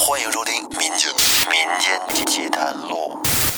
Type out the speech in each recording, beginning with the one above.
欢迎收听民间奇谈录。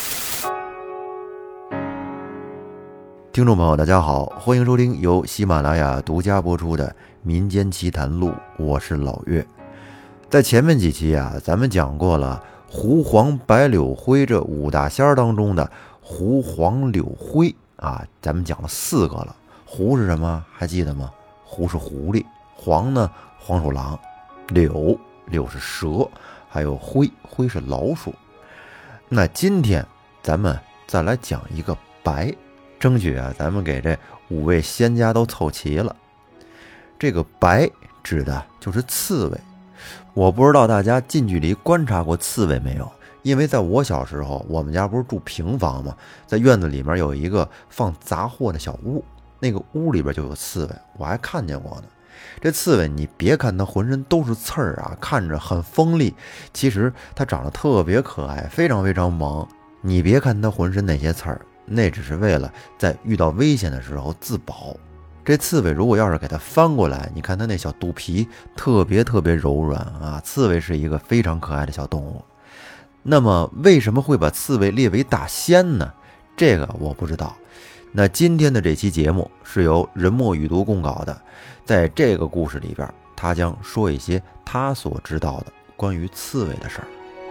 听众朋友大家好，欢迎收听由喜马拉雅独家播出的民间奇谈录，我是老岳。在前面几期咱们讲过了狐黄白柳灰这五大仙儿当中的狐黄柳灰咱们讲了4个了。狐是什么还记得吗？狐是狐狸，黄呢黄鼠狼，柳是蛇，还有灰是老鼠。那今天咱们再来讲一个白，争取咱们给这5位仙家都凑齐了。这个白指的就是刺猬。我不知道大家近距离观察过刺猬没有，因为在我小时候，我们家不是住平房吗？在院子里面有一个放杂货的小屋，那个屋里边就有刺猬，我还看见过呢。这刺猬你别看它浑身都是刺儿看着很锋利，其实它长得特别可爱，非常非常萌。你别看它浑身那些刺儿，那只是为了在遇到危险的时候自保。这刺猬如果要是给它翻过来，你看它那小肚皮特别柔软刺猬是一个非常可爱的小动物。那么为什么会把刺猬列为大仙呢？这个我不知道。那今天的这期节目是由人墨语读供稿的，在这个故事里边，他将说一些他所知道的关于刺猬的事儿。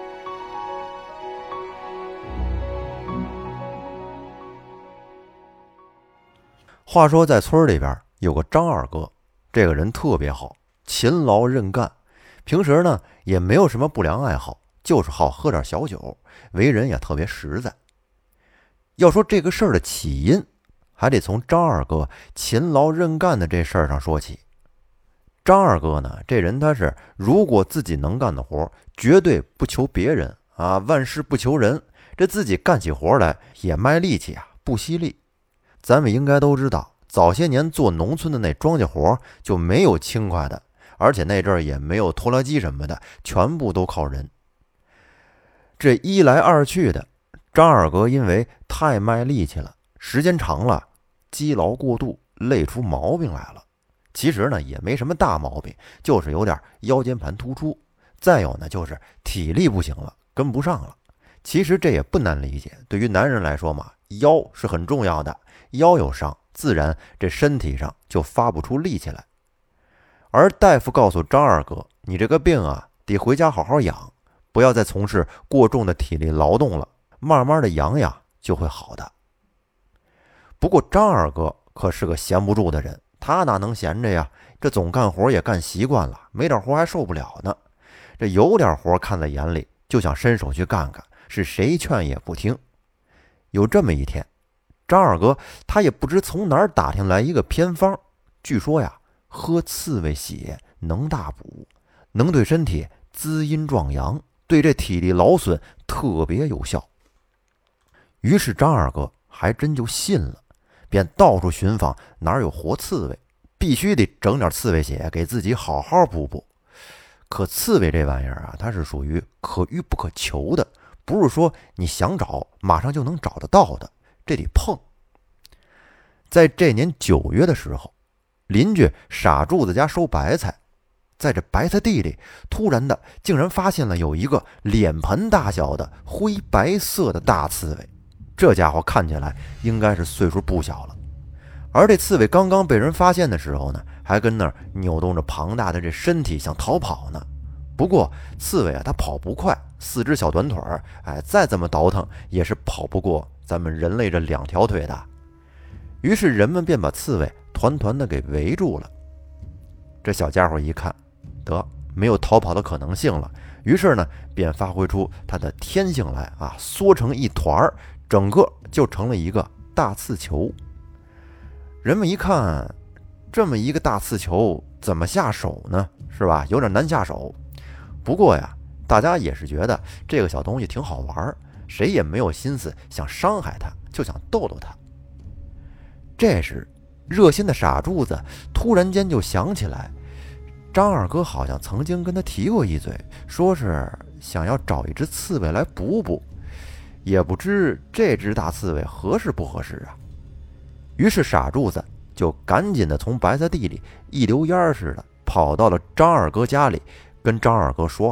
话说在村里边有个张二哥，这个人特别好，勤劳认干，平时呢也没有什么不良爱好，就是好喝点小酒，为人也特别实在。要说这个事儿的起因，还得从张二哥勤劳认干的这事儿上说起。张二哥呢，这人他是如果自己能干的活，绝对不求别人万事不求人，这自己干起活来也卖力气不惜力。咱们应该都知道，早些年做农村的那庄稼活就没有轻快的，而且那阵儿也没有拖拉机什么的，全部都靠人。这一来二去的，张二哥因为太卖力气了，时间长了积劳过度，累出毛病来了。其实呢也没什么大毛病，就是有点腰间盘突出，再有呢就是体力不行了，跟不上了。其实这也不难理解，对于男人来说嘛，腰是很重要的，腰有伤，自然这身体上就发不出力气来。而大夫告诉张二哥，你这个病得回家好好养，不要再从事过重的体力劳动了，慢慢的养就会好的。不过张二哥可是个闲不住的人，他哪能闲着呀？这总干活也干习惯了，没点活还受不了呢。这有点活看在眼里，就想伸手去干干，是谁劝也不听。有这么一天，张二哥他也不知从哪儿打听来一个偏方，据说喝刺猬血能大补，能对身体滋阴壮阳，对这体力劳损特别有效。于是张二哥还真就信了，便到处寻访哪儿有活刺猬，必须得整点刺猬血给自己好好补补。可刺猬这玩意儿它是属于可遇不可求的，不是说你想找马上就能找得到的，这得碰。在这年9月的时候，邻居傻柱子家收白菜，在这白菜地里突然的竟然发现了有一个脸盆大小的灰白色的大刺猬，这家伙看起来应该是岁数不小了。而这刺猬刚刚被人发现的时候呢，还跟那儿扭动着庞大的这身体想逃跑呢。不过刺猬它跑不快，4只小短腿再这么倒腾也是跑不过咱们人类这2条腿的。于是人们便把刺猬团团的给围住了。这小家伙一看，得没有逃跑的可能性了，于是呢便发挥出它的天性来缩成一团，整个就成了一个大刺球。人们一看，这么一个大刺球怎么下手呢？是吧？有点难下手。不过大家也是觉得这个小东西挺好玩，谁也没有心思想伤害它，就想逗逗它。这时热心的傻柱子突然间就想起来，张二哥好像曾经跟他提过一嘴，说是想要找一只刺猬来补补，也不知这只大刺猬合适不合适于是傻柱子就赶紧的从白菜地里一溜烟似的跑到了张二哥家里，跟张二哥说了，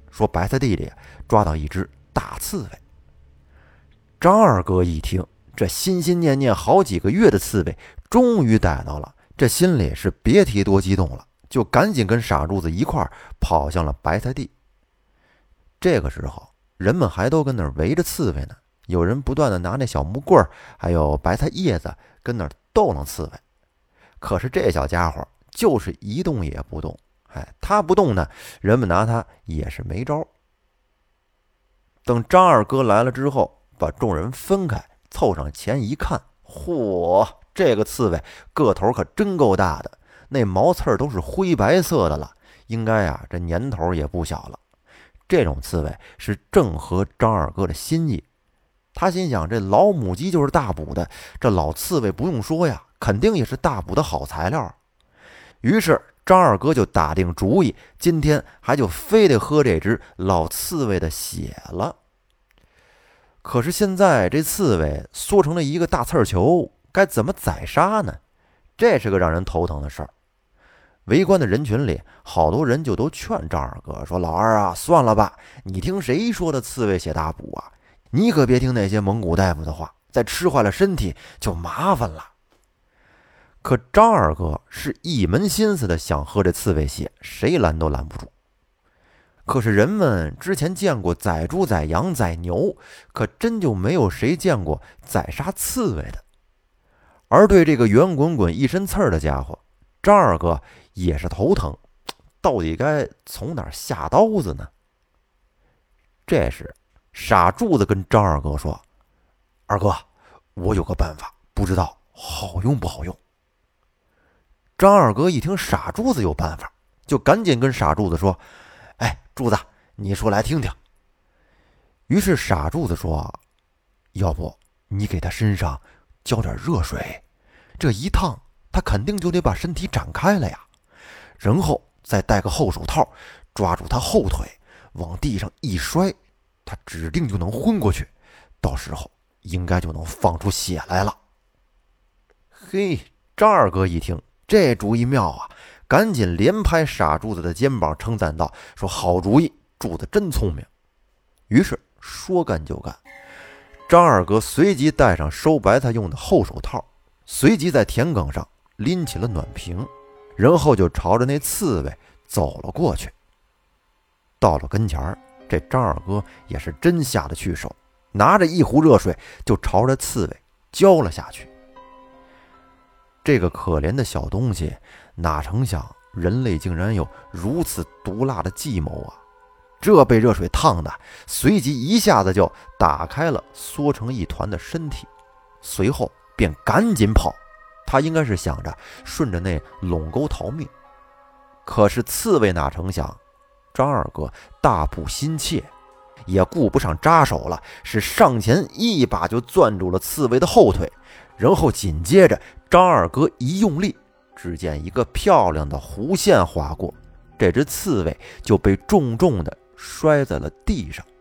说白菜地里抓到一只大刺猬。张二哥一听，这心心念念好几个月的刺猬终于逮到了，这心里是别提多激动了，就赶紧跟傻柱子一块儿跑向了白菜地。这个时候，人们还都跟那儿围着刺猬呢，有人不断的拿那小木棍儿还有白菜叶子跟那儿逗弄刺猬。可是这小家伙就是一动也不动，他不动呢，人们拿他也是没招。等张二哥来了之后，把众人分开，凑上前一看，嚯，这个刺猬个头可真够大的，那毛刺都是灰白色的了，应该啊这年头也不小了。这种刺猬是正合张二哥的心意。他心想，这老母鸡就是大补的，这老刺猬不用说呀，肯定也是大补的好材料。于是张二哥就打定主意，今天还就非得喝这只老刺猬的血了。可是现在这刺猬缩成了一个大刺球，该怎么宰杀呢？这是个让人头疼的事儿。围观的人群里，好多人就都劝张二哥说：“老二啊，算了吧，你听谁说的刺猬血大补啊？你可别听那些蒙古大夫的话，再吃坏了身体就麻烦了。”可张二哥是一门心思的想喝这刺猬血，谁拦都拦不住。可是人们之前见过宰猪、宰羊、宰牛，可真就没有谁见过宰杀刺猬的。而对这个圆滚滚一身刺儿的家伙，张二哥也是头疼，到底该从哪儿下刀子呢？这时傻柱子跟张二哥说：“二哥，我有个办法，不知道好用不好用。”张二哥一听傻柱子有办法，就赶紧跟傻柱子说：“哎，柱子，你说来听听。”于是傻柱子说：“要不你给他身上浇点热水，这一烫他肯定就得把身体展开了呀，然后再戴个厚手套，抓住他后腿往地上一摔，他指定就能昏过去，到时候应该就能放出血来了。”嘿，张二哥一听这主意妙啊，赶紧连拍傻柱子的肩膀，称赞道：“说好主意，柱子真聪明。”于是说干就干，张二哥随即戴上收白菜用的厚手套，随即在田埂上拎起了暖瓶，然后就朝着那刺猬走了过去。到了跟前儿，这张二哥也是真下得去手，拿着一壶热水就朝着刺猬浇了下去。这个可怜的小东西哪成想人类竟然有如此毒辣的计谋啊！这被热水烫的，随即一下子就打开了缩成一团的身体，随后便赶紧跑。他应该是想着顺着那垄沟逃命。可是刺猬哪成想，张二哥大步心切，也顾不上扎手了，是上前一把就攥住了刺猬的后腿，然后紧接着张二哥一用力，只见一个漂亮的弧线划过，这只刺猬就被重重地摔在了地上。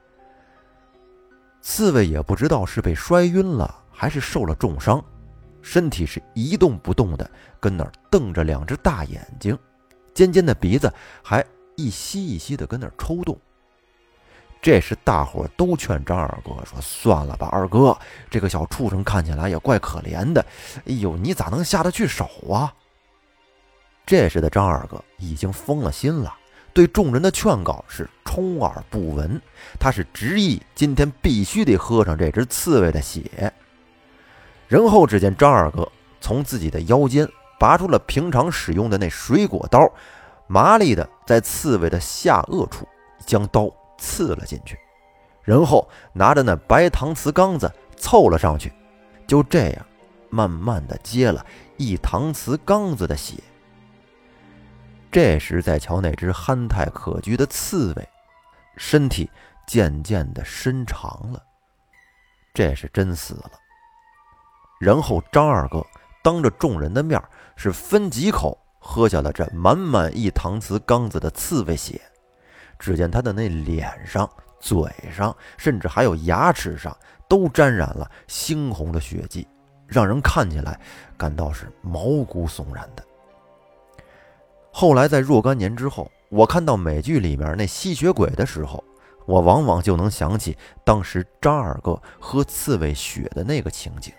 刺猬也不知道是被摔晕了还是受了重伤，身体是一动不动的，跟那儿瞪着两只大眼睛，尖尖的鼻子还一吸一吸的跟那儿抽动。这时大伙都劝张二哥说：“算了吧，二哥，这个小畜生看起来也怪可怜的，哎呦，你咋能下得去手啊？”这时的张二哥已经疯了心了，对众人的劝告是充耳不闻，他是执意今天必须得喝上这只刺猬的血。然后只见张二哥从自己的腰间拔出了平常使用的那水果刀，麻利的在刺猬的下颚处将刀刺了进去，然后拿着那白搪瓷缸子凑了上去，就这样慢慢的接了一搪瓷缸子的血。这时再瞧那只憨态可掬的刺猬，身体渐渐的伸长了，这是真死了。然后张二哥当着众人的面是分几口喝下了这满满一搪瓷缸子的刺猬血。只见他的那脸上、嘴上，甚至还有牙齿上，都沾染了猩红的血迹，让人看起来感到是毛骨悚然的。后来在若干年之后， 我看到美剧里面那吸血鬼的时候，我往往就能想起当时张二哥喝刺猬血的那个情景。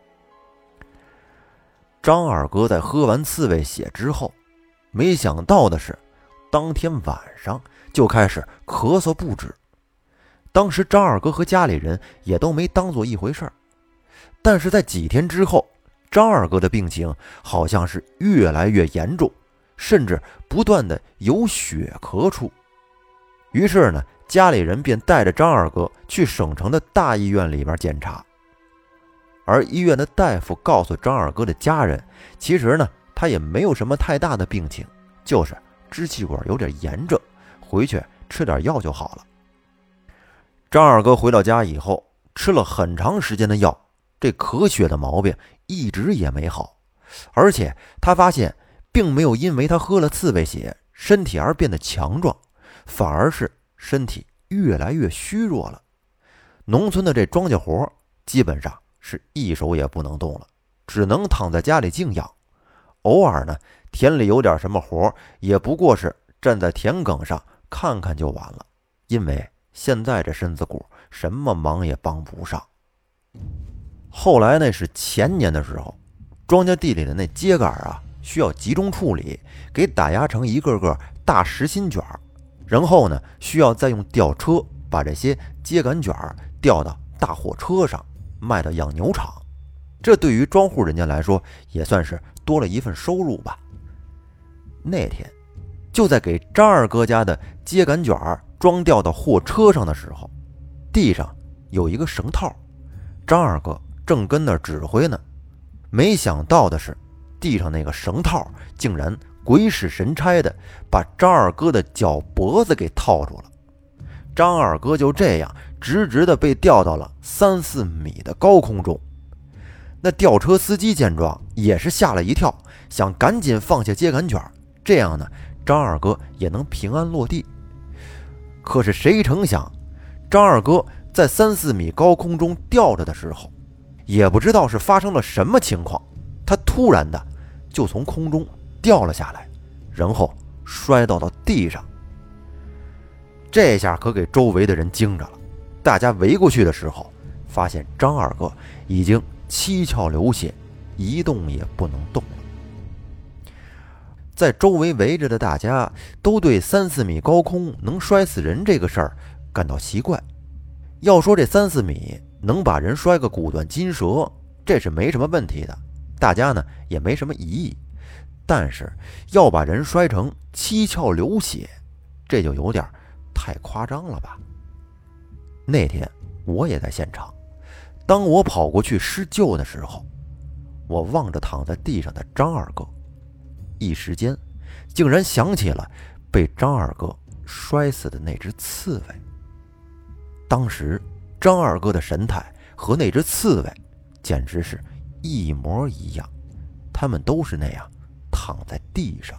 张二哥在喝完刺猬血之后，没想到的是，当天晚上就开始咳嗽不止。当时张二哥和家里人也都没当做一回事儿，但是在几天之后，张二哥的病情好像是越来越严重，甚至不断的有血咳出。于是呢，家里人便带着张二哥去省城的大医院里边检查。而医院的大夫告诉张二哥的家人，其实呢，他也没有什么太大的病情，就是支气管有点炎症，回去吃点药就好了。张二哥回到家以后，吃了很长时间的药，这咳血的毛病一直也没好，而且他发现并没有因为他喝了刺猬血，身体而变得强壮，反而是身体越来越虚弱了。农村的这庄稼活基本上是一手也不能动了，只能躺在家里静养。偶尔呢，田里有点什么活，也不过是站在田埂上看看就完了，因为现在这身子骨什么忙也帮不上。后来那是前年的时候，庄稼地里的那秸秆啊，需要集中处理，给打压成一个个大实心卷，然后呢，需要再用吊车把这些秸秆卷吊到大货车上，卖到养牛场。这对于庄户人家来说，也算是多了一份收入吧。那天，就在给张二哥家的秸秆卷装吊到货车上的时候，地上有一个绳套，张二哥正跟那儿指挥呢。没想到的是，地上那个绳套竟然鬼使神差的把张二哥的脚脖子给套住了。张二哥就这样直直的被吊到了3-4米的高空中。那吊车司机见状也是吓了一跳，想赶紧放下秸秆卷，这样呢，张二哥也能平安落地。可是谁成想，张二哥在3-4米高空中吊着的时候，也不知道是发生了什么情况，他突然的就从空中掉了下来，然后摔倒到地上。这下可给周围的人惊着了，大家围过去的时候，发现张二哥已经七窍流血，一动也不能动了。在周围围着的大家都对3-4米高空能摔死人这个事儿感到奇怪。要说这3-4米能把人摔个骨断筋折，这是没什么问题的，大家呢也没什么疑义。但是要把人摔成七窍流血，这就有点太夸张了吧。那天我也在现场，当我跑过去施救的时候，我望着躺在地上的张二哥，一时间竟然想起了被张二哥摔死的那只刺猬。当时张二哥的神态和那只刺猬简直是一模一样，他们都是那样躺在地上。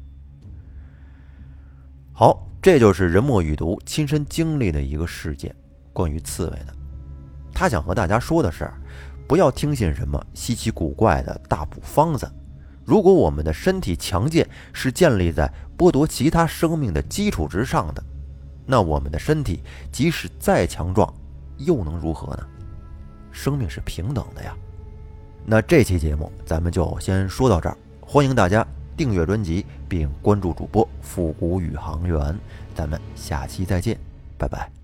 好，这就是人墨雨读亲身经历的一个事件，关于刺猬的。他想和大家说的是，不要听信什么稀奇古怪的大补方子。如果我们的身体强健是建立在剥夺其他生命的基础之上的，那我们的身体即使再强壮，又能如何呢？生命是平等的呀。那这期节目咱们就先说到这儿，欢迎大家订阅专辑并关注主播复古宇航员，咱们下期再见，拜拜。